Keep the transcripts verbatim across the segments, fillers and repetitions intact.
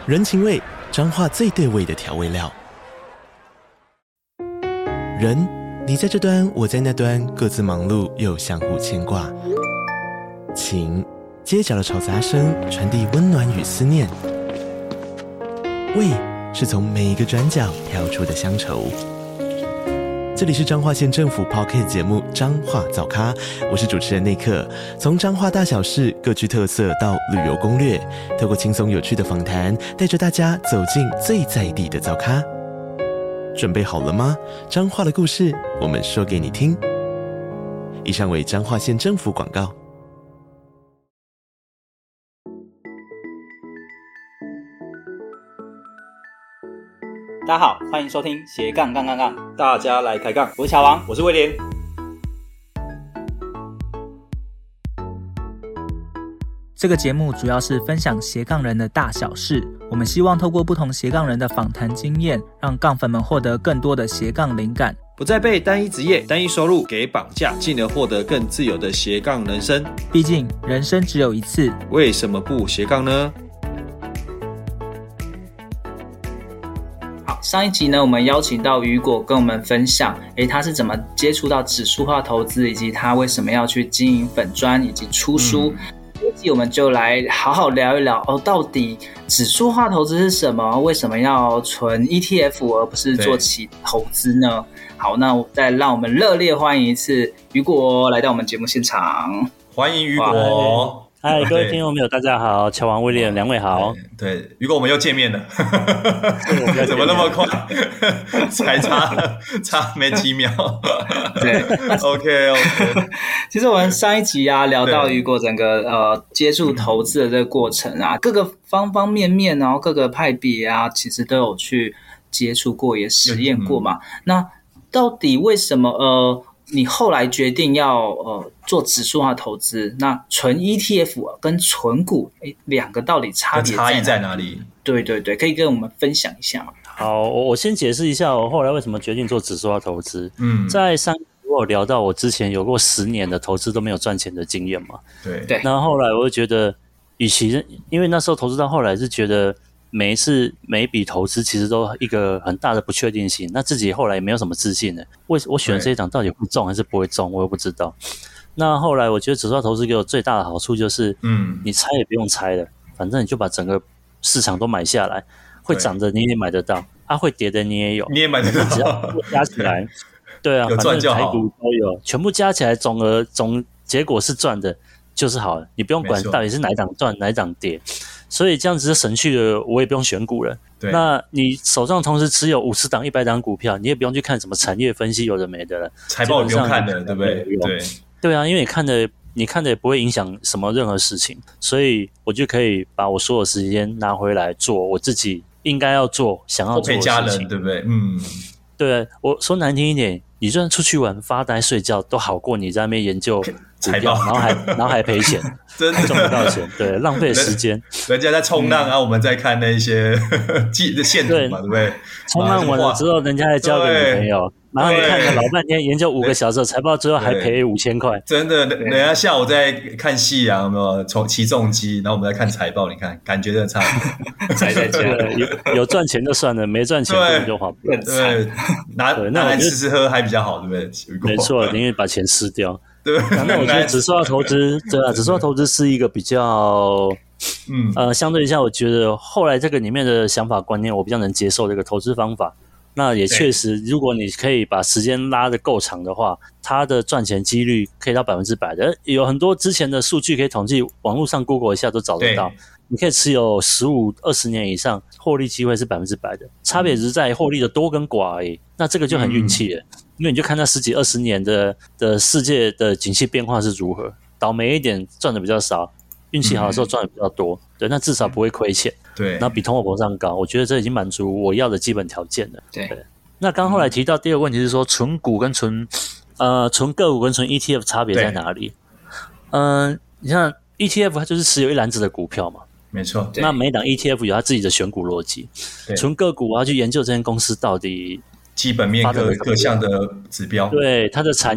人情味，彰化最对味的调味料。人，你在这端，我在那端，各自忙碌又相互牵挂。情，街角的吵杂声传递温暖与思念。味，是从每一个转角跳出的乡愁。这里是彰化县政府 Podcast 节目《彰化早咖》，我是主持人内克。从彰化大小事各具特色到旅游攻略，透过轻松有趣的访谈，带着大家走进最在地的早咖。准备好了吗？彰化的故事，我们说给你听。以上为彰化县政府广告。 大家好，欢迎收听斜杠杠杠杠， 大家来开杠。 我是乔王， 我是威廉。 这个节目主要是分享斜杠人的大小事，我们希望透过不同斜杠人的访谈经验，让杠粉们获得更多的斜杠灵感， 不再被单一职业、单一收入给绑架，进而获得更自由的斜杠人生。 毕竟人生只有一次， 为什么不斜杠呢？ 上一集呢，我们邀请到雨果跟我们分享，诶，他是怎么接触到指数化投资，以及他为什么要去经营粉专以及出书。嗯，这一集我们就来好好聊一聊哦，到底指数化投资是什么？为什么要存 E T F 而不是做其投资呢？好，那再让我们热烈欢迎一次雨果来到我们节目现场。 欢迎雨果。 嗨，各位听众朋友，大家好，乔王、威廉两位好。 对，如果我们又见面了，怎么那么快？才差差没几秒。 对 ，OK OK。 其实我们上一集啊聊到雨果整个呃接触投资的这个过程啊，各个方方面面，然后各个派别啊，其实都有去接触过，也实验过嘛。嗯、那到底为什么呃？你后来决定要呃做指数化投资，那纯 E T F 跟纯股，诶，两个到底差别差异在哪里？ 对对对，可以跟我们分享一下吗？ 好，我先解释一下我后来为什么决定做指数化投资。嗯，在上我有聊到我之前有过十年的投资都没有赚钱的经验嘛。 对对。 那后来我就觉得，与其因为那时候投资到后来是觉得。每一次每一笔投资其实都一个很大的不确定性，那自己后来也没有什么自信的。为我选这一档到底会中还是不会中，我也不知道。那后来我觉得指数化投资给我最大的好处就是，嗯，你猜也不用猜了，反正你就把整个市场都买下来，会涨的你也买得到，啊，会跌的你也有， 你也买得到， 只要加起来，对啊， 有赚就好， 反正台股都有，全部加起来总额总结果是赚的，就是好了，你不用管到底是哪一档赚哪一档跌。所以这样子就省去了，我也不用选股了。那你手上同时持有五十档、一百档股票，你也不用去看什么产业分析，有的没的了。 财报也不用看的，对不对？对对啊，因为你看的，你看的也不会影响什么任何事情，所以我就可以把我所有时间拿回来做我自己应该要做、想要做的事情， 家人，对不对？嗯， 对，我说难听一点，你就算出去玩、发呆、睡觉，都好过你在那边研究财报， 然后还然后还赔钱， 真的赚不到钱，对，浪费时间。 人家在冲浪啊，嗯、我们在看那些记的线图嘛，对不对？ 冲浪完了之后，人家还交给女朋友，然后你看了老半天，研究五个小时，财报最后还赔五千块。 真的，人家下午在看夕阳，有没有？从起重机，然后我们在看财报，你看感觉真的差不多。 才在家有有赚钱就算了，没赚钱根本就花不了。 对，拿拿来吃吃喝还比较好，对不对？ 没错，宁愿把钱吃掉。 对， 那我觉得指数化投资，对啊，指数化投资是一个比较，嗯呃，相对一下，我觉得后来这个里面的想法观念，我比较能接受这个投资方法。那也确实，如果你可以把时间拉得够长的话，它的赚钱几率可以到百分之百的。有很多之前的数据可以统计，网络上 Google 一下都找得到。你可以持有十五、二十年以上，获利机会是百分之百的。差别只是在获利的多跟寡而已。那这个就很运气了。嗯，因为你就看那十几二十年的的世界的景气变化是如何，倒霉一点赚的比较少，运气好的时候赚的比较多，嗯、对，那至少不会亏钱， 对， 然后比通货膨胀高，我觉得这已经满足我要的基本条件了。 对， 对，那刚后来提到第二个问题是说，纯股跟纯呃纯个股跟纯 E T F 差别在哪里？嗯、呃，你看 E T F 它就是持有一篮子的股票嘛。 没错， 那每档 E T F 有它自己的选股逻辑，纯个股我要去研究这间公司到底基本面各各项的指标， 对它的产业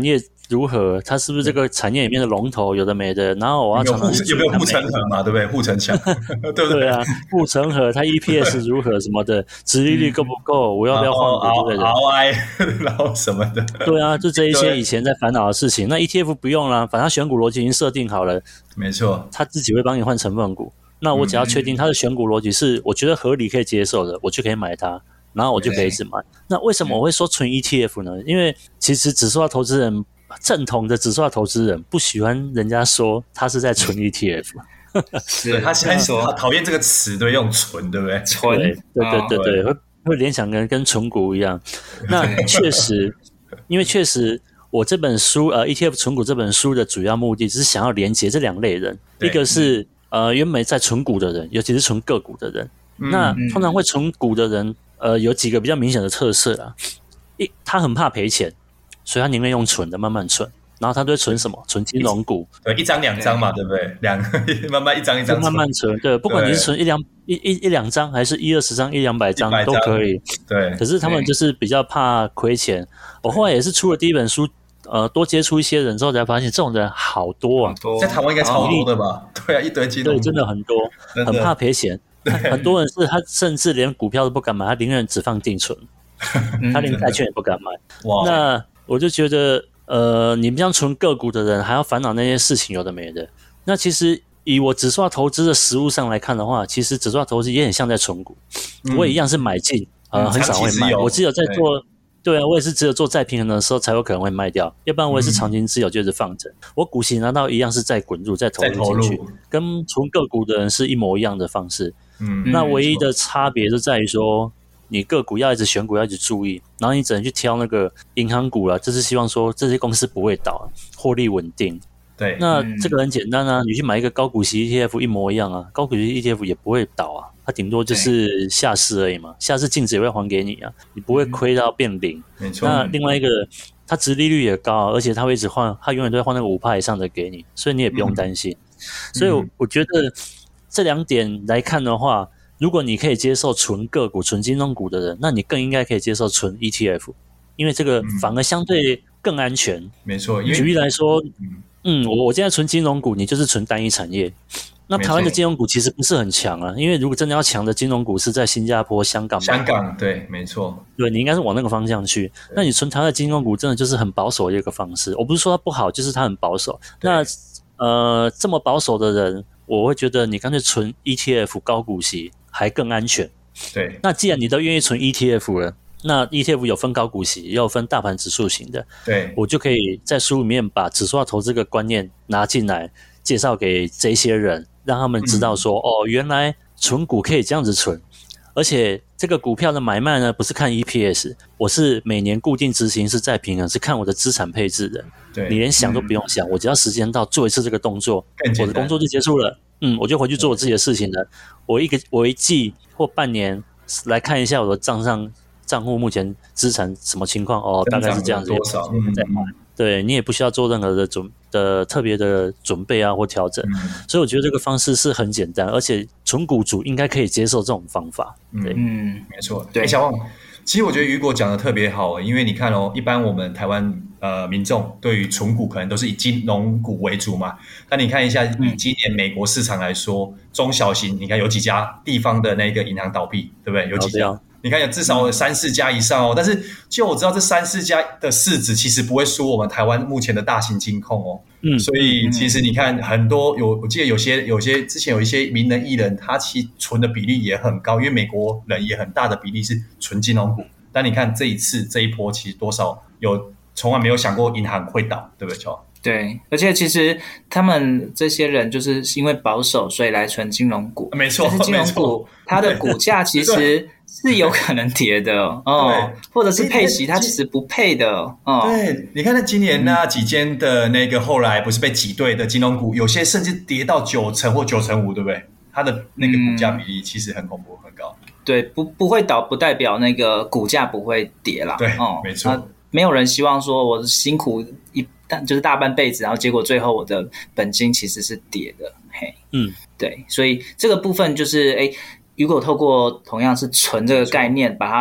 如何，它是不是这个产业里面的龙头，有的没的，然后我要常常有没有护城河嘛，对不对？护城墙，对不对？ 对啊，护城河，它 E P S 如何什么的，殖利率够不够，我要不要换股，对不对 ？R O I 然后什么的， 对啊，就这一些以前在烦恼的事情。那 E T F 不用啦，反正选股逻辑已经设定好了， 没错， 它自己会帮你换成分股。那我只要确定它的选股逻辑是我觉得合理可以接受的，我就可以买它。然后我就可以一直买。那为什么我会说纯 E T F 呢？因为其实指数化投资人，正统的指数化投资人不喜欢人家说他是在纯 E T F。 是他很说讨厌这个词，对，用纯，对不对？ 纯，对对对对，会会联想跟跟纯股一样。那确实，因为确实我这本书呃 E T F 纯股这本书的主要目的，只是想要连接这两类人，一个是呃原本在纯股的人，尤其是纯个股的人。嗯、那通常会纯股的人。呃，有几个比较明显的特色啊。一，他很怕赔钱，所以他宁愿用存的慢慢存。然后他对存什么？存金融股。 对，一张两张嘛，对不对？两慢慢一张一张慢慢存。对，不管你是存一两一一一两张，还是一二十张、一两百张都可以。 对。 可是他们就是比较怕亏钱。我后来也是出了第一本书，呃，多接触一些人之后才发现，这种人好多啊。 在台湾应该超多的吧？对啊，一堆金融股。 对，真的很多，很怕赔钱。很多人是他甚至连股票都不敢买，他宁愿只放定存，他连债券也不敢买。那我就觉得，呃，你们像纯个股的人，还要烦恼那些事情，有的没的。那其实以我指数化投资的实务上来看的话，其实指数化投资也很像在存股，嗯、我也一样是买进，呃，很少会卖。我只有在做，对啊，我也是只有做再平衡的时候才有可能会卖掉，要不然我也是长期持有，就是放着。嗯、我股息拿到一样是再滚入、再投入进去，跟纯个股的人是一模一样的方式。嗯，那唯一的差别就在于说，你个股要一直选股，要一直注意，然后你只能去挑那个银行股啦，就是希望说这些公司不会倒，获利稳定。 对， 那这个很简单啊，你去买一个高股息 E T F 一模一样啊，高股息 E T F 也不会倒啊，它顶多就是下市而已嘛，下市净值也会还给你啊，你不会亏到变零。 没错。 那另外一个，它殖利率也高、啊，而且它会一直换，它永远都会换那个 百分之五 以上的给你，所以你也不用担心。嗯、所以我，我觉得。这两点来看的话，如果你可以接受纯个股、纯金融股的人，那你更应该可以接受纯 E T F， 因为这个反而相对更安全。嗯、 没错， 举例来说，嗯，我我现在纯金融股，你就是纯单一产业。那台湾的金融股其实不是很强啊，因为如果真的要强的金融股是在新加坡、香港。 香港对，没错， 对你应该是往那个方向去。那你纯台湾的金融股真的就是很保守的一个方式。我不是说它不好，就是它很保守。那呃，这么保守的人。我会觉得你干脆存 E T F 高股息还更安全。 对， 那既然你都愿意存 E T F 了，那 E T F 有分高股息，也有分大盘指数型的。 对， 我就可以在书里面把指数化投资这个观念拿进来，介绍给这些人，让他们知道说，嗯、哦，原来存股可以这样子存，而且这个股票的买卖呢，不是看 E P S， 我是每年固定执行是再平衡，是看我的资产配置的。 对， 你连想都不用想，嗯、我只要时间到做一次这个动作，我的工作就结束了。嗯，我就回去做我自己的事情了。我一个我一季或半年来看一下我的账上账户目前资产什么情况哦，大概是这样子。 多少？嗯， 对你也不需要做任何的准的特别的准备啊或调整，嗯、所以我觉得这个方式是很简单，而且纯股主应该可以接受这种方法。对， 嗯，没错。对，欸、小王，其实我觉得雨果讲的特别好，因为你看哦，一般我们台湾呃民众对于纯股可能都是以金融股为主嘛。那你看一下，以今年美国市场来说，嗯、中小型，你看有几家地方的那个银行倒闭，对不对？有几家？你看有至少有三四家以上哦。但是就我知道，这三四家的市值其实不会输我们台湾目前的大型金控哦。嗯，所以其实你看很多有，我记得有些有些之前有一些名人艺人，他其实存的比例也很高，因为美国人也很大的比例是存金融股。但你看这一次这一波，其实多少有从来没有想过银行会倒，对不对，乔？ 对，而且其实他们这些人就是因为保守，所以来存金融股。 没错， 但是金融股它的股价其实是有可能跌的哦，或者是配息它其实不配的哦。 对，你看那今年那几间的那个后来不是被挤兑的金融股，有些甚至跌到九成或九成五，对不对？它的那个股价比例其实很恐怖，很高。 对，不不会倒，不代表那个股价不会跌啦。 对， 哦， 没错、啊， 没有人希望说我辛苦一就是大半辈子，然后结果最后我的本金其实是跌的。嘿，嗯，对，所以这个部分就是，哎，如果透过同样是存这个概念，把它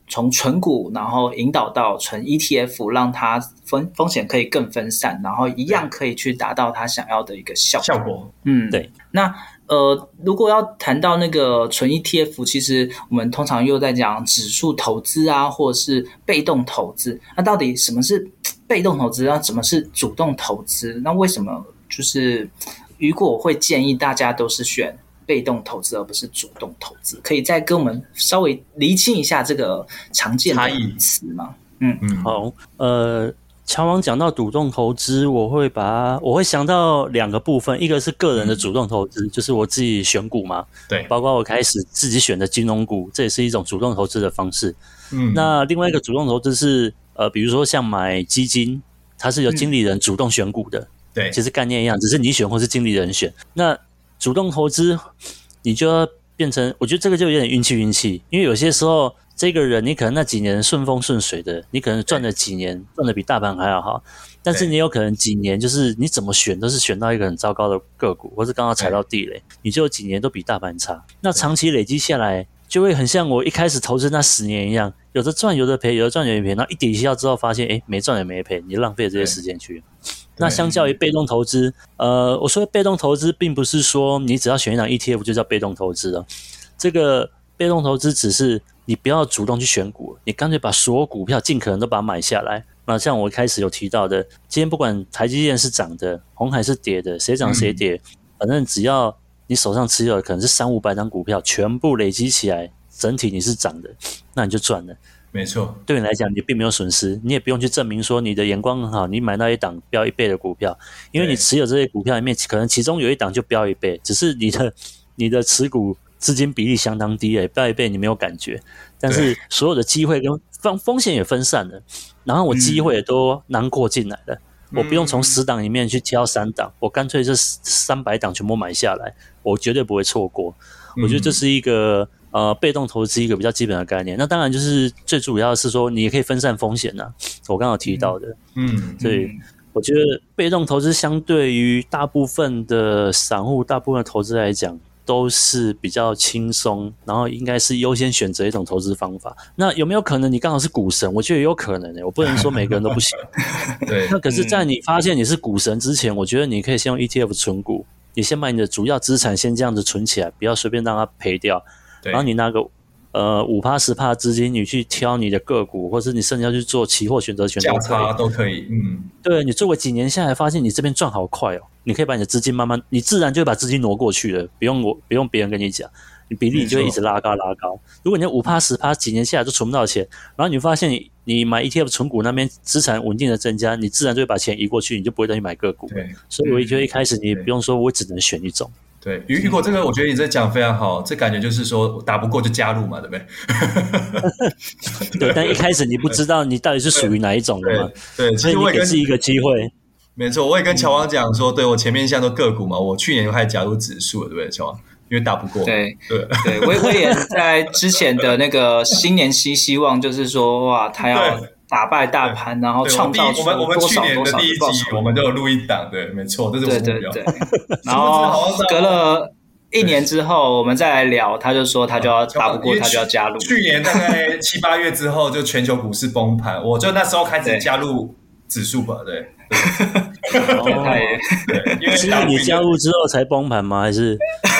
从纯股，然后引导到纯 E T F， 让它风风险可以更分散，然后一样可以去达到它想要的一个效果。 效果， 嗯， 对。 那呃，如果要谈到那个纯 E T F， 其实我们通常又在讲指数投资啊，或者是被动投资。那到底什么是被动投资啊？什么是主动投资？那为什么就是雨果会建议大家都是选被动投资而不是主动投资？可以再跟我们稍微厘清一下这个常见的词吗？嗯嗯，好，呃。乔王讲到主动投资，我会把它我会想到两个部分，一个是个人的主动投资，嗯、就是我自己选股嘛， 对， 包括我开始自己选的金融股，这也是一种主动投资的方式。嗯，那另外一个主动投资是呃，比如说像买基金，它是由经理人主动选股的，对、嗯，其实概念一样，只是你选或是经理人选。那主动投资，你就要变成，我觉得这个就有点运气运气，因为有些时候。这个人你可能那几年顺风顺水的，你可能赚了几年赚的比大盘还要好，但是你有可能几年就是你怎么选都是选到一个很糟糕的个股，或是刚刚踩到地雷，你就有几年都比大盘差。那长期累积下来就会很像我一开始投资那十年一样，有的赚有的赔，有的赚有的赔，然后一抵消之后发现诶没赚也没赔，你浪费这些时间去。那相较于被动投资，呃，我说被动投资并不是说你只要选一档 E T F 就叫被动投资了，这个被动投资只是你不要主动去选股，你干脆把所有股票尽可能都把它买下来。那像我一开始有提到的，今天不管台积电是涨的，鸿海是跌的，谁涨谁跌、嗯，反正只要你手上持有的可能是三五百张股票，全部累积起来，整体你是涨的，那你就赚了。 没错， 对你来讲你并没有损失，你也不用去证明说你的眼光很好，你买到一档飙一倍的股票，因为你持有这些股票里面，可能其中有一档就飙一倍，只是你的你的持股资金比例相当低诶，飙一倍你没有感觉，但是所有的机会跟风风险也分散了，然后我机会也都囊括进来了、嗯、我不用从十档里面去挑三档、嗯、我干脆这三百档全部买下来，我绝对不会错过、嗯、我觉得这是一个呃被动投资一个比较基本的概念。那当然就是最主要的是说你也可以分散风险啊，我刚刚有提到的，嗯，所以我觉得被动投资相对于大部分的散户大部分的投资来讲都是比较轻松，然后应该是优先选择一种投资方法。那有没有可能你刚好是股神？我觉得也有可能、欸、我不能说每个人都不行。 对。 那可是在你发现你是股神之前，我觉得你可以先用 E T F 存股，你先把你的主要资产先这样子存起来，不要随便让它赔掉。然后你拿个呃 百分之五 百分之十 的资金，你去挑你的个股，或是你甚至要去做期货选择权价差都可以。嗯， 对，你做过几年下来，发现你这边赚好快哦，你可以把你的资金慢慢，你自然就会把资金挪过去了，不用我不用别人跟你讲，你比例就会一直拉高拉高。如果你 百分之五 百分之十 几年下来都存不到钱，然后你发现你你买 E T F 存股那边资产稳定的增加，你自然就会把钱移过去，你就不会再去买个股。对，所以我觉得一开始你不用说我只能选一种。 对，如果这个我觉得你这讲非常好，这感觉就是说打不过就加入嘛，对不对？ 对，但一开始你不知道你到底是属于哪一种的嘛， 对，对， 所以你给自己一个机会。 没错，我也跟乔王讲说，对，我前面像都个股嘛，我去年就开始加入指数了，对不对，乔王？因为打不过。 对对对，威威廉在之前的那个新年新希望，就是说哇，他要打败大盘，然后创造出我们我们去年的第一集，我们都有录一档，对，没错，这是我目标。 对对对，然后隔了一年之后，我们再来聊，他就说他就要打不过，他就要加入。 去年大概七八月之后，就全球股市崩盘，我就那时候开始加入指数吧，对。 哦，对，因为是你加入之后才崩盘吗？还是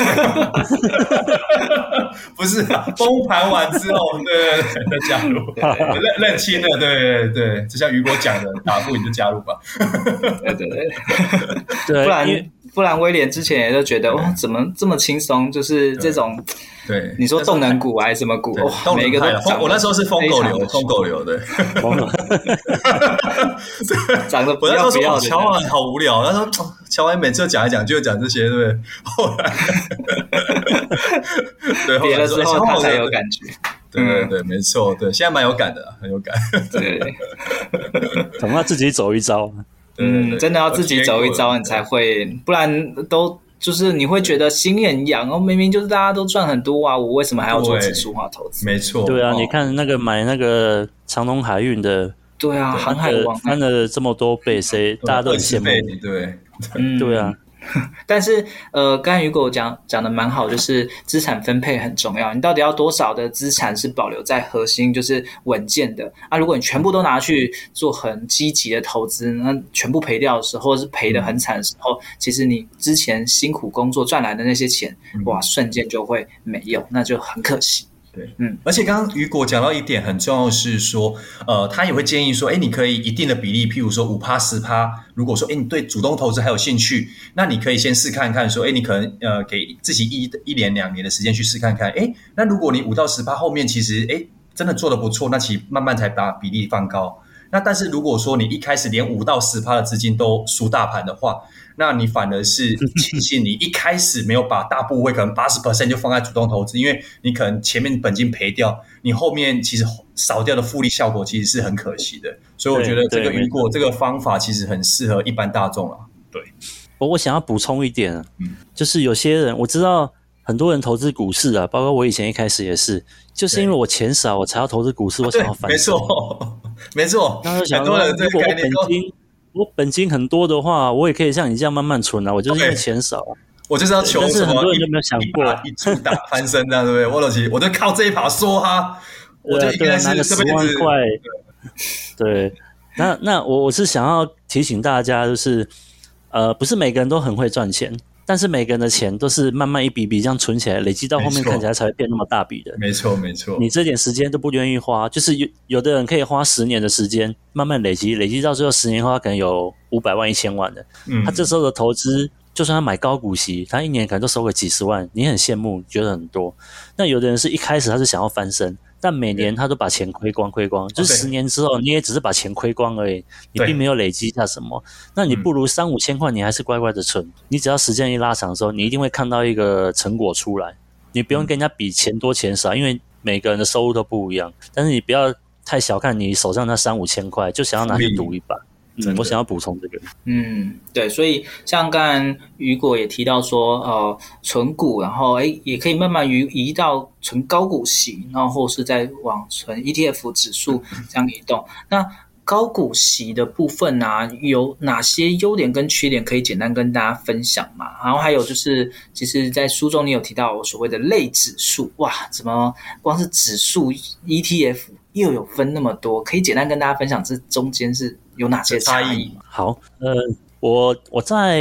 不是崩盘完之后，对对对，再加入，认认清了，对对对，就像雨果讲的，打不赢就加入吧。 对对对，对，不然不然威廉之前也就觉得哇，怎么这么轻松？就是这种。 对， 你说动能股还是什么股？哦、每一个都涨。 我那时候是疯狗流，疯狗流对。 涨得不要不要的。 乔王好无聊，他说乔王每次讲一讲就讲这些，对不对？后来，对， 跌了之后他才有感觉。 对对对，没错，对，现在蛮有感的，很有感。 对， 总要自己走一招。 嗯，真的要自己走一招，你才会，不然都。就是你会觉得心很痒哦，明明就是大家都赚很多啊，我为什么还要做指数化投资？ 没错， 对啊，哦、你看那个买那个长荣海运的， 对啊，航海王翻了这么多倍，谁大家都很羡慕， 对， 嗯， 对啊， 但是呃，刚才如果讲讲的蛮好，就是资产分配很重要，你到底要多少的资产是保留在核心，就是稳健的啊？如果你全部都拿去做很积极的投资，那全部赔掉的时候，或是赔得很惨的时候，其实你之前辛苦工作赚来的那些钱，哇，瞬间就会没有，那就很可惜。 对，嗯，而且刚刚雨果讲到一点很重要的是说，呃，他也会建议说，哎，你可以一定的比例，譬如说五趴十趴，如果说，哎，你对主动投资还有兴趣，那你可以先试看看，说，哎，你可能呃给自己一一年两年的时间去试看看，哎，那如果你五到十趴后面其实，哎，真的做得不错，那其实慢慢才把比例放高。那但是如果说你一开始连五到十趴的资金都输大盘的话，那你反而是庆幸你一开始没有把大部位可能 百分之八十 就放在主动投资，因为你可能前面本金赔掉，你后面其实少掉的复利效果其实是很可惜的。所以我觉得这个雨果这个方法其实很适合一般大众啦。对， 我想要补充一点，嗯，就是有些人我知道很多人投资股市啊，包括我以前一开始也是，就是因为我钱少我才要投资股市，我想要翻身。 没错，没错。 那就想说，如果我本金我本金很多的话，我也可以像你这样慢慢存啊。我就是因为钱少， 我就是要求什么？ 但是很多人都没有想过一注打翻身的，对不对？我就是我就靠这一把梭哈，我就应该是拿个十万块。对，那那我我是想要提醒大家，就是呃，不是每个人都很会赚钱。但是每个人的钱都是慢慢一笔笔这样存起来，累积到后面看起来才会变那么大笔的。 没错，没错。 你这点时间都不愿意花，就是有有的人可以花十年的时间慢慢累积，累积到最后十年花可能有五百万、一千万的。嗯，他这时候的投资，就算他买高股息，他一年可能都收个几十万，你很羡慕，觉得很多。那有的人是一开始他是想要翻身，但每年他都把钱亏光亏光，就是十年之后你也只是把钱亏光而已，你并没有累积下什么。那你不如三五千块，你还是乖乖的存。你只要时间一拉长的时候，你一定会看到一个成果出来。你不用跟人家比钱多钱少，因为每个人的收入都不一样。但是你不要太小看你手上那三五千块，就想要拿去赌一把。嗯，我想要补充这个。 嗯，对，所以像刚才雨果也提到说，呃，存股，然后哎，也可以慢慢移移到存高股息，然后或是再往存 E T F 指数这样移动。那高股息的部分啊，有哪些优点跟缺点可以简单跟大家分享嘛？然后还有就是，其实在书中你有提到所谓的类指数，哇，怎么光是指数 E T F 又有分那么多？可以简单跟大家分享这中间是有哪些差异？ 好，呃，我我在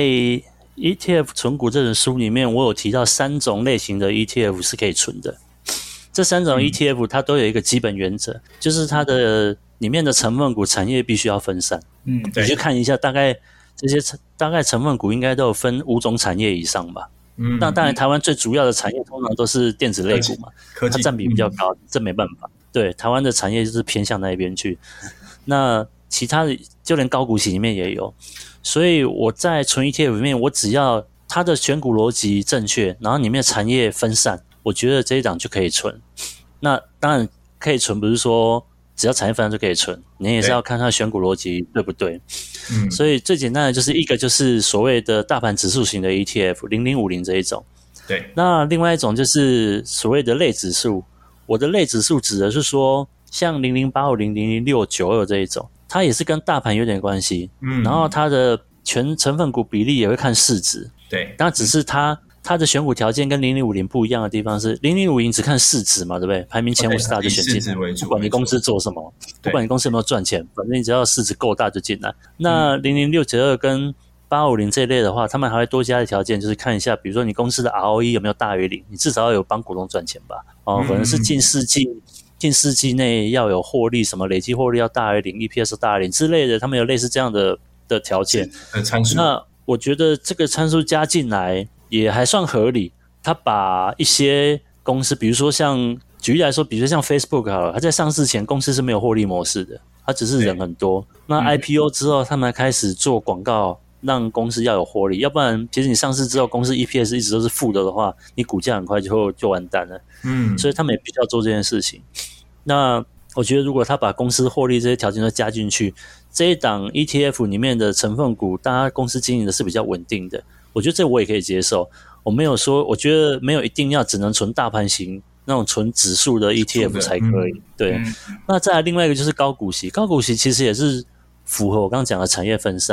E T F 存股这本书里面，我有提到三种类型的 E T F 是可以存的。这三种 E T F 它都有一个基本原则，就是它的里面的成分股产业必须要分散。嗯，你去看一下，大概这些大概成分股应该都有分五种产业以上吧。嗯，那当然台湾最主要的产业通常都是电子类股嘛，它占比比较高，这没办法。对，台湾的产业就是偏向那一边去。那其他的就连高股息里面也有，所以我在存 E T F 里面，我只要它的选股逻辑正确，然后里面的产业分散，我觉得这一档就可以存。那当然可以存，不是说只要产业分散就可以存，你也是要看它的选股逻辑对不对。嗯，所以最简单的就是一个就是所谓的大盘指数型的 E T F 零零五零这一种。 对， 那另外一种就是所谓的类指数。我的类指数指的是说，像零零八五零、零零六九二这一种，它也是跟大盘有点关系。嗯，然后它的全成分股比例也会看市值。 对， 但只是它它的选股条件跟零零五零不一样的地方是，零零五零只看市值嘛，对不对？排名前五十大就选进来，不管你公司做什么，不管你公司有没有赚钱，反正你只要市值够大就进来。那零零六九二跟八五零这一类的话，他们还会多加的条件，就是看一下，比如说你公司的 R O E 有没有大于零，你至少要有帮股东赚钱吧。哦，可能是近四季近四季内要有获利，什么累计获利要大于零 ，E P S 大于零之类的，他们有类似这样的的条件。 参数。 那我觉得这个参数加进来也还算合理。他把一些公司，比如说像举例来说，比如说像 Facebook 好了，它在上市前公司是没有获利模式的，它只是人很多。那 I P O 之后，他们开始做广告。让公司要有获利，要不然其实你上市之后公司 E P S 一直都是负的的话，你股价很快就就完蛋了。嗯，所以他们也必须要做这件事情。那我觉得如果他把公司获利这些条件都加进去，这一档 E T F 里面的成分股，大家公司经营的是比较稳定的，我觉得这我也可以接受。我没有说，我觉得没有一定要只能存大盘型那种纯指数的 E T F 才可以。嗯、对、嗯，那再来另外一个就是高股息，高股息其实也是符合我刚刚讲的产业分散。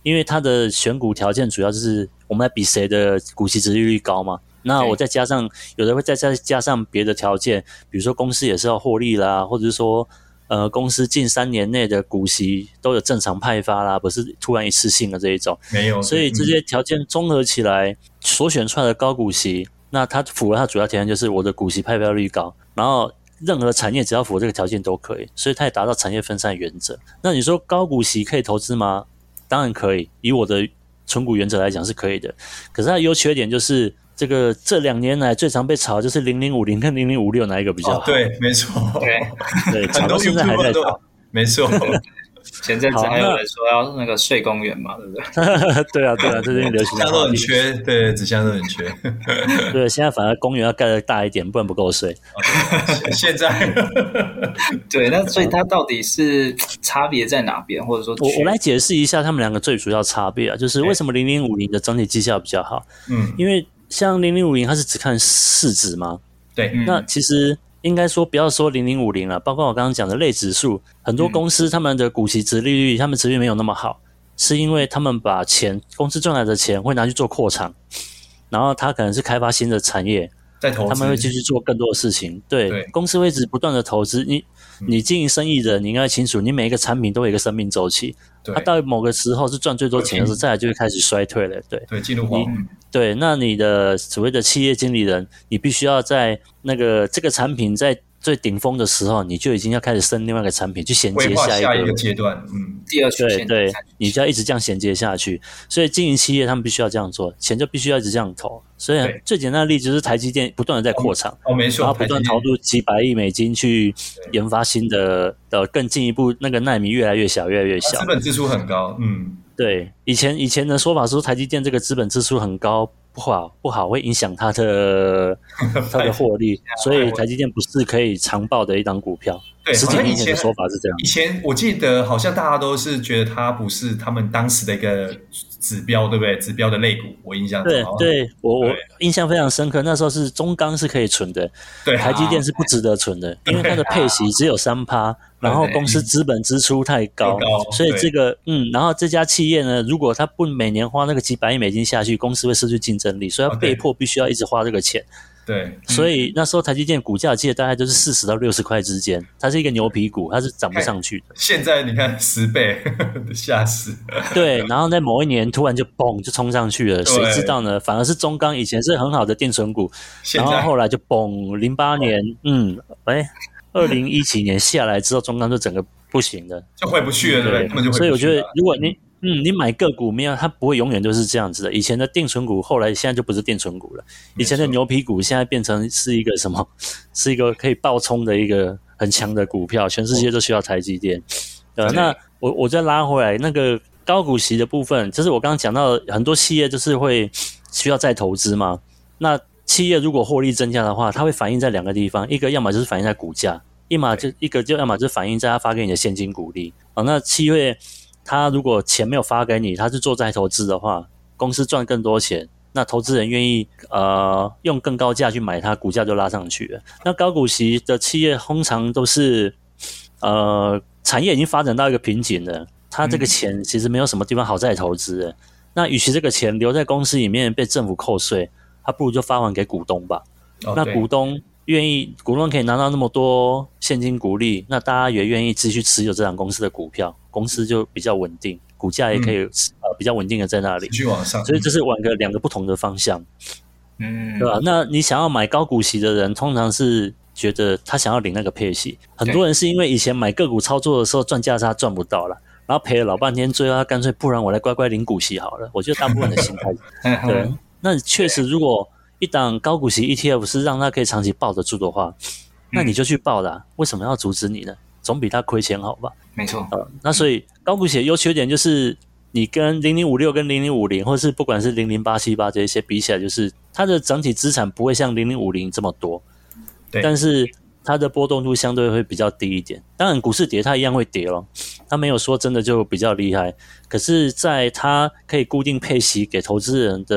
因为它的选股条件主要就是我们来比谁的股息殖利率高嘛。那我再加上有的会再再加上别的条件，比如说公司也是要获利啦，或者是说呃公司近三年内的股息都有正常派发啦，不是突然一次性的这一种。 没有， 所以这些条件综合起来，嗯、所选出来的高股息，那它符合它主要条件就是我的股息派发率高，然后任何产业只要符合这个条件都可以，所以它也达到产业分散原则。那你说高股息可以投资吗？当然可以，以我的存股原则来讲是可以的。可是它的优缺点就是。这个这两年来最常被炒的就是零零五零跟零零五六哪一个比较好？ 哦、对，没错， 对对，炒到现在还在炒， 没错。 前阵子还有人说要那个睡公园嘛，对不对？ 对啊，对啊，最近流行的。 纸箱都很缺，对，纸箱都很缺。 对，现在反而公园要盖得大一点，不然不够睡。 现在， 对，那所以它到底是差别在哪边，或者说我我来解释一下他们两个最主要差别啊，就是为什么零零五零的整体绩效比较好？嗯，因为像零零五零它是只看市值嘛， 对， 那其实。应该说不要说零零五零了，包括我刚刚讲的类指数，很多公司他们的股息殖利率，他们殖利率没有那么好，是因为他们把钱公司赚来的钱会拿去做扩厂，然后他可能是开发新的产业， 在投资， 他们会继续做更多的事情。对，对公司会一直不断的投资。你你经营生意的，你应该清楚，你每一个产品都有一个生命周期，它到某个时候是赚最多钱的时候，再来就会开始衰退了。对， 对，进入黄金。 对，那你的所谓的企业经理人，你必须要在那个这个产品在最顶峰的时候，你就已经要开始升另外一个产品去衔接下一个下一个阶段，嗯， 第二曲线， 对对，你就要一直这样衔接下去。所以经营企业他们必须要这样做，钱就必须要一直这样投。所以最简单的例子就是台积电不断的在扩厂， 哦，没错， 然后不断投入几百亿美金去研发新的的更进一步，那个奈米越来越小，越来越小， 资本支出很高，嗯， 对，以前以前的说法说台积电这个资本支出很高。不好，不好，会影响它的它的获利，所以台积电不是可以长抱的一档股票。 对， 十几年前的说法是这样。 以前我记得好像大家都是觉得它不是他们当时的一个指标，对不对？指标的类股，我印象中。 对，对我我印象非常深刻。那时候是中钢是可以存的， 对， 台积电是不值得存的，因为它的配息只有三趴。然后公司资本支出太高，所以这个嗯，然后这家企业呢，如果它不每年花那个几百亿美金下去，公司会失去竞争力，所以它被迫必须要一直花这个钱。 对， 所以那时候台积电股价记得大概就是四十到六十块之间，它是一个牛皮股，它是涨不上去的。 现在你看十倍，吓死！ 对，然后在某一年突然就嘣就冲上去了，谁知道呢？反而是中钢以前是很好的电存股，然后后来就嘣，零八年，嗯，哎。二零一七年下来之后，中钢就整个不行了， 就回不去了，对不对？根本就回不去了。 所以我觉得，如果你嗯你买个股没有，它不会永远都是这样子的。以前的定存股，后来现在就不是定存股了。以前的牛皮股，现在变成是一个什么？是一个可以爆冲的一个很强的股票，全世界都需要台积电。呃，那我我再拉回来那个高股息的部分，就是我刚刚讲到很多企业就是会需要再投资嘛。那企业如果获利增加的话，它会反映在两个地方，一个要么就是反映在股价，一嘛就一个就要么就是反映在它发给你的现金股利。啊，那企业它如果钱没有发给你，它是做再投资的话，公司赚更多钱，那投资人愿意呃用更高价去买它，股价就拉上去了。那高股息的企业通常都是呃产业已经发展到一个瓶颈了，它这个钱其实没有什么地方好再投资的。那与其这个钱留在公司里面被政府扣税，他不如就发还给股东吧。哦、那股东愿意，股东可以拿到那么多现金股利，那大家也愿意继续持有这档公司的股票，公司就比较稳定，股价也可以、嗯、呃比较稳定的在那里， 继续往上。 所以这是往个两个不同的方向，嗯，对吧？那你想要买高股息的人，通常是觉得他想要领那个配息，很多人是因为以前买个股操作的时候赚价差赚不到了。然后赔了老半天，最后他干脆不然我来乖乖领股息好了。我觉得大部分的心态，对，那确实如果一档高股息 E T F 是让他可以长期抱得住的话，那你就去抱啦、啊。为什么要阻止你呢？总比他亏钱好吧？ 没错。 呃，那所以高股息的优缺点就是，你跟零零五六跟零零五零，或是不管是零零八七八这些比起来，就是它的整体资产不会像零零五零这么多， 对， 但是它的波动度相对会比较低一点。当然股市跌它一样会跌咯，它没有说真的就比较厉害，可是在它可以固定配息给投资人的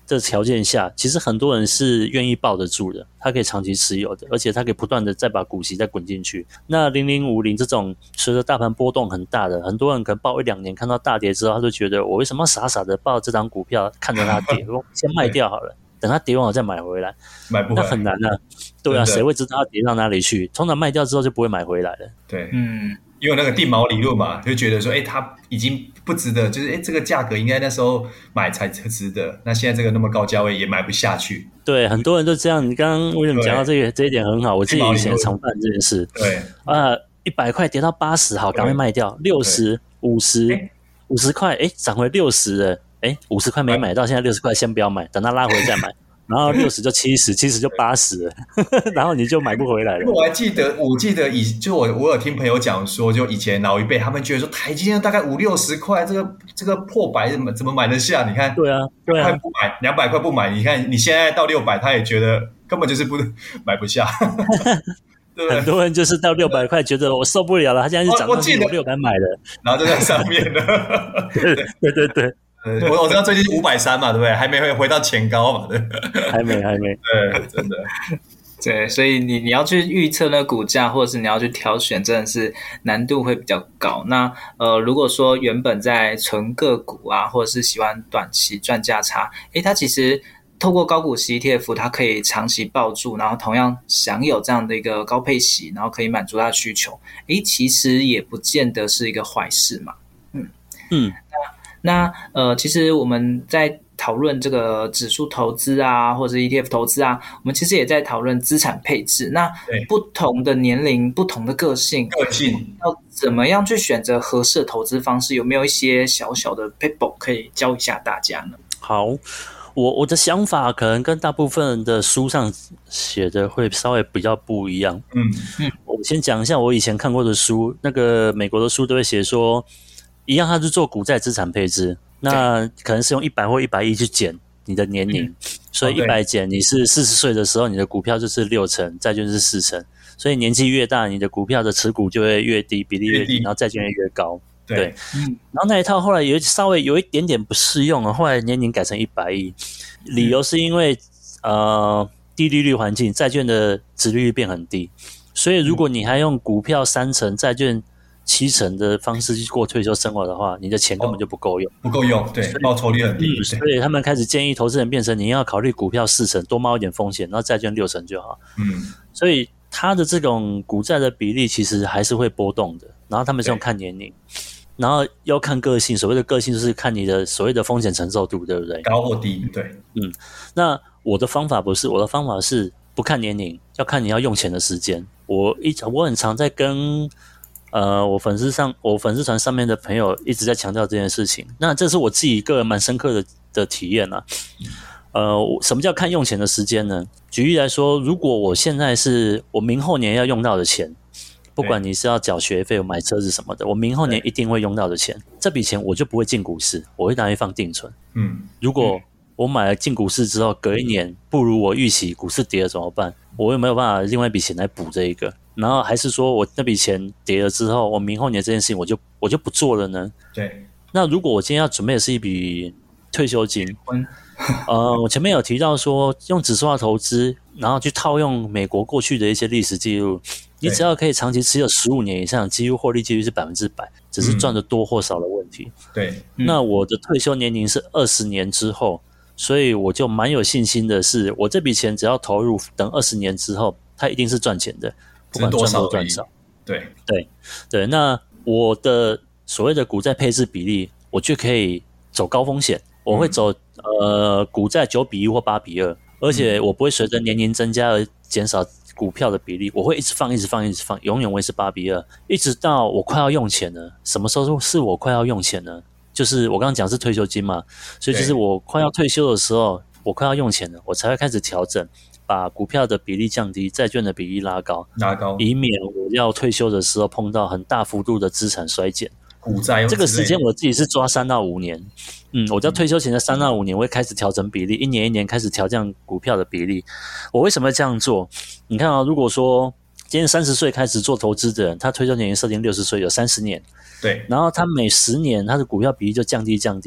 的条件下，其实很多人是愿意抱得住的，他可以长期持有的，而且他可以不断的再把股息再滚进去。那零零五零这种随着大盘波动很大的，很多人可能抱一两年，看到大跌之后，他就觉得我为什么要傻傻的抱这张股票，看着它跌，我先卖掉好了，等它跌完我再买回来， 买不回来， 那很难啊。对啊，谁会知道它跌到哪里去？通常卖掉之后就不会买回来了。 对，嗯。因为那个定锚理论嘛，就觉得说，哎，它已经不值得，就是哎，这个价格应该那时候买才值得。那现在这个那么高价位也买不下去。 对，很多人都这样。你刚刚为什么讲到这个这一点很好？我自己以前常犯这件事。 对啊，一百块跌到八十，好，赶快卖掉。六十、五十、五十块，哎，涨回六十了，哎，五十块没买到，现在六十块先不要买，等它拉回再买。然后六十就七十，七十就八十了，然后你就买不回来了。 我还记得，我记得以就我我有听朋友讲说，就以前老一辈他们觉得说台积电大概五六十块，这个这个破百怎么怎么买得下？你看， 对啊，对啊， 不买两百块不买，你看你现在到六百，他也觉得根本就是不买不下。对， 很多人就是到六百块，觉得我受不了了，他现在是涨到六百买的， 然后就在上面了。 对对对对。 我我知道最近是五百三嘛，对不对？还没回到前高嘛，对， 还没还没， 对，真的， 对，所以你你要去预测那个股价，或者是你要去挑选，真的是难度会比较高。那呃，如果说原本在存个股啊，或者是喜欢短期赚价差，诶，它其实透过高股息 E T F， 它可以长期抱住，然后同样享有这样的一个高配息，然后可以满足它的需求，诶，其实也不见得是一个坏事嘛。嗯嗯。那呃，其实我们在讨论这个指数投资啊，或者是 E T F 投资啊，我们其实也在讨论资产配置。那不同的年龄、不同的个性， 个性要怎么样去选择合适的投资方式？有没有一些小小的 paper 可以教一下大家呢？ 好，我我的想法可能跟大部分人的书上写的会稍微比较不一样。嗯嗯，我先讲一下我以前看过的书，那个美国的书都会写说。一样，它是做股债资产配置，那可能是用一百或一百一去减你的年龄，嗯、所以一百减你是四十岁的时候，你的股票就是六成，债券是四成，所以年纪越大，你的股票的持股就会越低，比例越低，然后债券越高。对，对嗯、然后那一套后来有稍微有一点点不适用了，后来年龄改成一百一，理由是因为呃低利率环境，债券的殖利率变很低，所以如果你还用股票三成，债券七成的方式去过退休生活的话，你的钱根本就不够用， 哦、不够用，对，报酬率很低。 嗯、所以他们开始建议投资人变成你要考虑股票四成，多冒一点风险，然后债券六成就好。嗯，所以它的这种股债的比例其实还是会波动的。然后他们是用看年龄，然后要看个性。所谓的个性就是看你的所谓的风险承受度，对不对？ 高或低，对。 嗯，那我的方法不是，我的方法是不看年龄，要看你要用钱的时间。我一我很常在跟。呃，我粉丝上，我粉丝团上面的朋友一直在强调这件事情。那这是我自己个人蛮深刻的的体验啊。呃，什么叫看用钱的时间呢？举例来说，如果我现在是我明后年要用到的钱，不管你是要缴学费、买车子什么的，我明后年一定会用到的钱，这笔钱我就不会进股市，我会拿去放定存。嗯，如果我买了进股市之后，隔一年不如我预期，股市跌了怎么办？我有没有办法另外一笔钱来补这一个？然后还是说我那笔钱跌了之后，我明后年这件事情我就我就不做了呢？ 对。 那如果我今天要准备的是一笔退休金，呃，我前面有提到说用指数化投资，然后去套用美国过去的一些历史记录，你只要可以长期持有十五年以上，几乎获利几率是百分之百，只是赚的多或少的问题。 嗯、对。 那我的退休年龄是二十年之后，所以我就蛮有信心的是，我这笔钱只要投入，等二十年之后，它一定是赚钱的。不管赚多赚少， 对对对，那我的所谓的股债配置比例，我就可以走高风险，我会走、嗯、呃股债九比一或八比二，而且我不会随着年龄增加而减少股票的比例，我会一直放一直放一直放，永远维持八比二，一直到我快要用钱了。什么时候是我快要用钱呢？就是我刚刚讲是退休金嘛，所以就是我快要退休的时候，我快要用钱了，我才会开始调整。把股票的比例降低，债券的比例拉高， 拉高， 以免我要退休的时候碰到很大幅度的资产衰减。 股债这个时间我自己是抓三到五年，嗯，我在退休前的三到五年，我会开始调整比例，一年一年开始调降股票的比例。我为什么会这样做？你看啊，如果说今天三十岁开始做投资的人，他退休年龄设定六十岁，有三十年， 对， 然后他每十年他的股票比例就降低降低。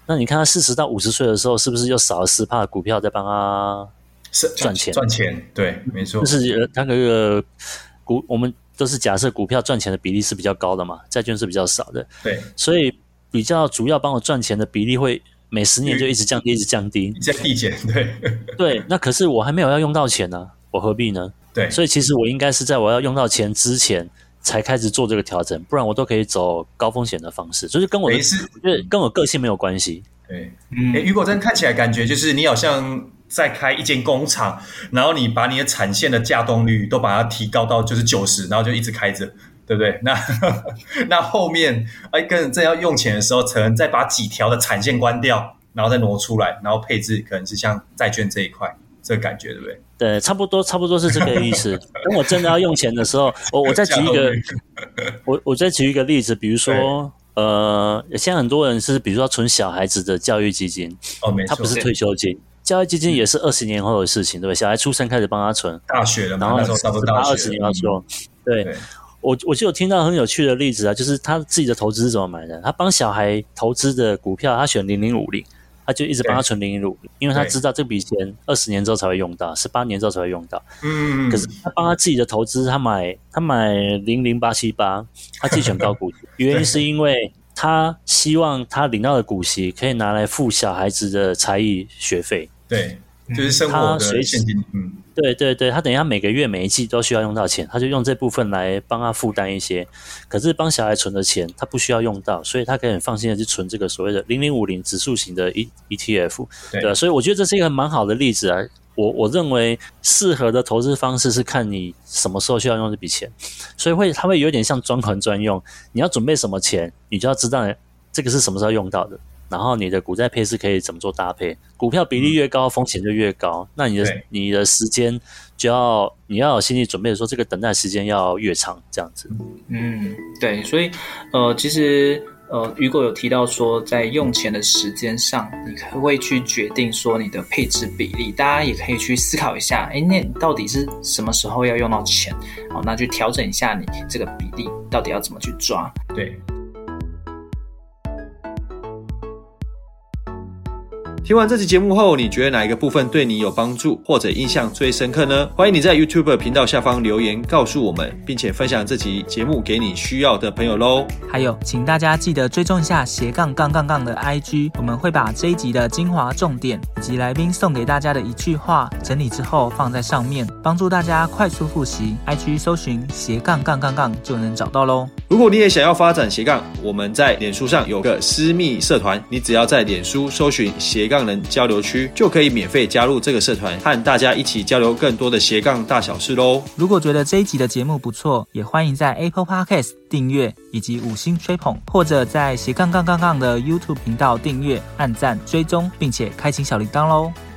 那你看他四十到五十岁的时候，是不是又少了 百分之十 的股票在帮他赚钱？ 赚钱，对，没错。 就是那个股，我们都是假设股票赚钱的比例是比较高的嘛，债券是比较少的。 对， 所以比较主要帮我赚钱的比例会每十年就一直降低，一直降低， 在递减。对， 对。那可是我还没有要用到钱呢、啊，我何必呢？ 对， 所以其实我应该是在我要用到钱之前才开始做这个调整，不然我都可以走高风险的方式，就是跟我的就是跟我个性没有关系。 对，嗯，余国珍看起来感觉就是你好像在开一间工厂，然后你把你的产线的稼动率都把它提高到就是九十，然后就一直开着，对不对？那那后面哎，跟正要用钱的时候，可能再把几条的产线关掉，然后再挪出来，然后配置可能是像债券这一块，这个感觉对不对？ 对，差不多，差不多是这个意思。等我真的要用钱的时候，我我再举一个，我我再举一个例子，比如说，呃，现在很多人是，比如说存小孩子的教育基金， 哦，没错， 它不是退休金，教育基金也是二十年后的事情，对不对？小孩出生开始帮他存， 大学了嘛， 然后那时候差不多大学二十年要做，对。对我我就有听到很有趣的例子啊，就是他自己的投资是怎么买的？他帮小孩投资的股票，他选零零五零。他就一直帮他存零零五零，因为他知道这笔钱二十年之后才会用到，十八年之后才会用到。嗯，可是他帮他自己的投资，他买他买零零八七八，他自己选高股息，原因是因为他希望他领到的股息可以拿来付小孩子的才艺学费。 对，就是生活的现金。嗯， 对对对，他等一下每个月每一季都需要用到钱，他就用这部分来帮他负担一些。可是帮小孩存的钱，他不需要用到，所以他可以很放心的去存这个所谓的零零五零指数型的 E T F。对，对，所以我觉得这是一个蛮好的例子啊。我我认为适合的投资方式是看你什么时候需要用这笔钱，所以会它会有点像专款专用。你要准备什么钱，你就要知道这个是什么时候用到的。然后你的股债配置可以怎么做搭配？股票比例越高，风险就越高。那你的你的时间就要你要有心理准备，说这个等待时间要越长，这样子。 嗯，对，所以呃，其实呃，余国有提到说，在用钱的时间上，你会去决定说你的配置比例。大家也可以去思考一下，哎，那你到底是什么时候要用到钱？好，那去调整一下你这个比例到底要怎么去抓？ 对。 听完这期节目后，你觉得哪一个部分对你有帮助，或者印象最深刻呢？欢迎你在 YouTube 频道下方留言告诉我们，并且分享这期节目给你需要的朋友咯。 还有，请大家记得追踪一下斜杠杠杠杠的 I G， 我们会把这一集的精华重点以及来宾送给大家的一句话整理之后放在上面，帮助大家快速复习。I G 搜寻斜杠杠杠杠就能找到咯。 如果你也想要发展斜杠，我们在脸书上有个私密社团，你只要在脸书搜寻斜杠人交流区，就可以免费加入这个社团，和大家一起交流更多的斜杠大小事咯。 如果觉得这一集的节目不错，也欢迎在 Apple Podcast 订阅以及五星吹捧，或者在斜杠杠杠杠的 YouTube 频道订阅、按赞、追踪，并且开启小铃铛咯。